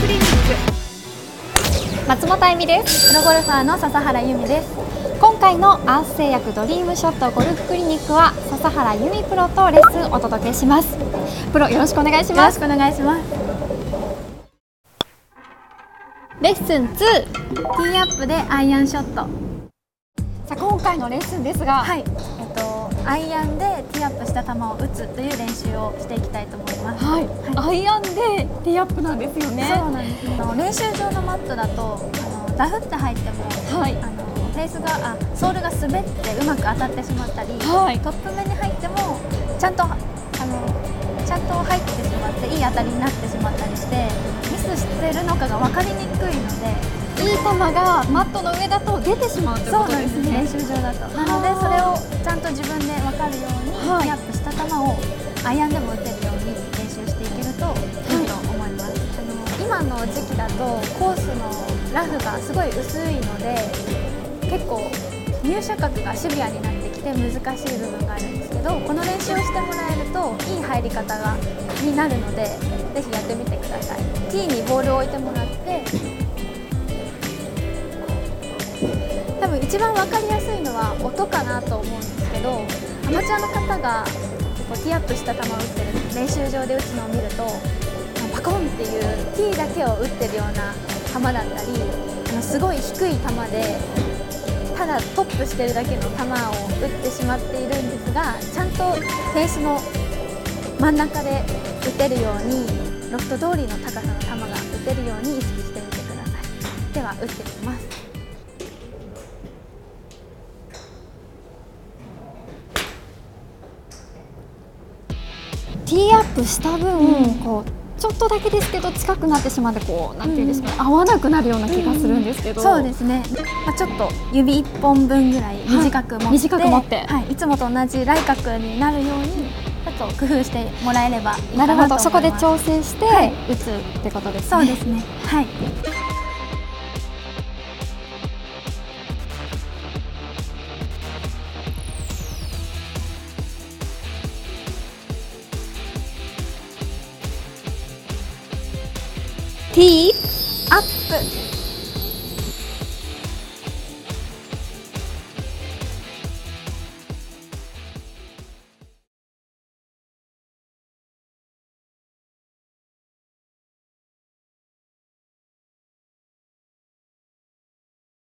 リニック。松本あゆみです。 プロゴルファーの笹原由美です。 今回のアース製薬ドリームショットゴルフクリニックは笹原由美プロとレッスンお届けします。プロよろしくお願いします。 よろしくお願いします。 レッスン2、 ティーアップでアイアンショット。 さあ今回のレッスンですが、 はい、アイアンでティーアップした球を打つという練習をしていきたいと思います。 はい、アイアンでティーアップなんですよね。 そうなんです。練習場のマットだとダフって入っても、 はい、 フェースがソールが滑ってうまく当たってしまったり、 はい、 トップ目に入ってもちゃんと入ってしまっていい当たりになってしまったりしてミスしてるのかが分かりにくいので、 いい球がマットの上だと出てしまうということですね。 練習場だと。なのでそれをちゃんと自分で分かるように、ティーアップした球をアイアンでも打てるように練習していけるといいと思います。今の時期だとコースのラフがすごい薄いので結構入射角がシビアになってきて難しい部分があるんですけど、この練習をしてもらえるといい入り方になるのでぜひやってみてください。ティーにボールを置いてもらって多分一番分かりやすいのは音かなと思うんですけど、アマチュアの方がティーアップした球を打ってる練習場で打つのを見るとパコンっていうティーだけを打ってるような球だったり、すごい低い球でただトップしてるだけの球を打ってしまっているんですが、ちゃんとフェースの真ん中で打てるようにロフト通りの高さの球が打てるように意識してみてください。では打ってみます。 ティーアップした分、ちょっとだけですけど近くなってしまってなんていうんですかね、合わなくなるような気がするんですけど、 そうですね、ちょっと指1本分ぐらい短く持って、いつもと同じライ角になるようにちょっと工夫してもらえればいいかなと思います。なるほど、 そこで調整して打つってことですね。 そうですね、はい。 ティーアップ。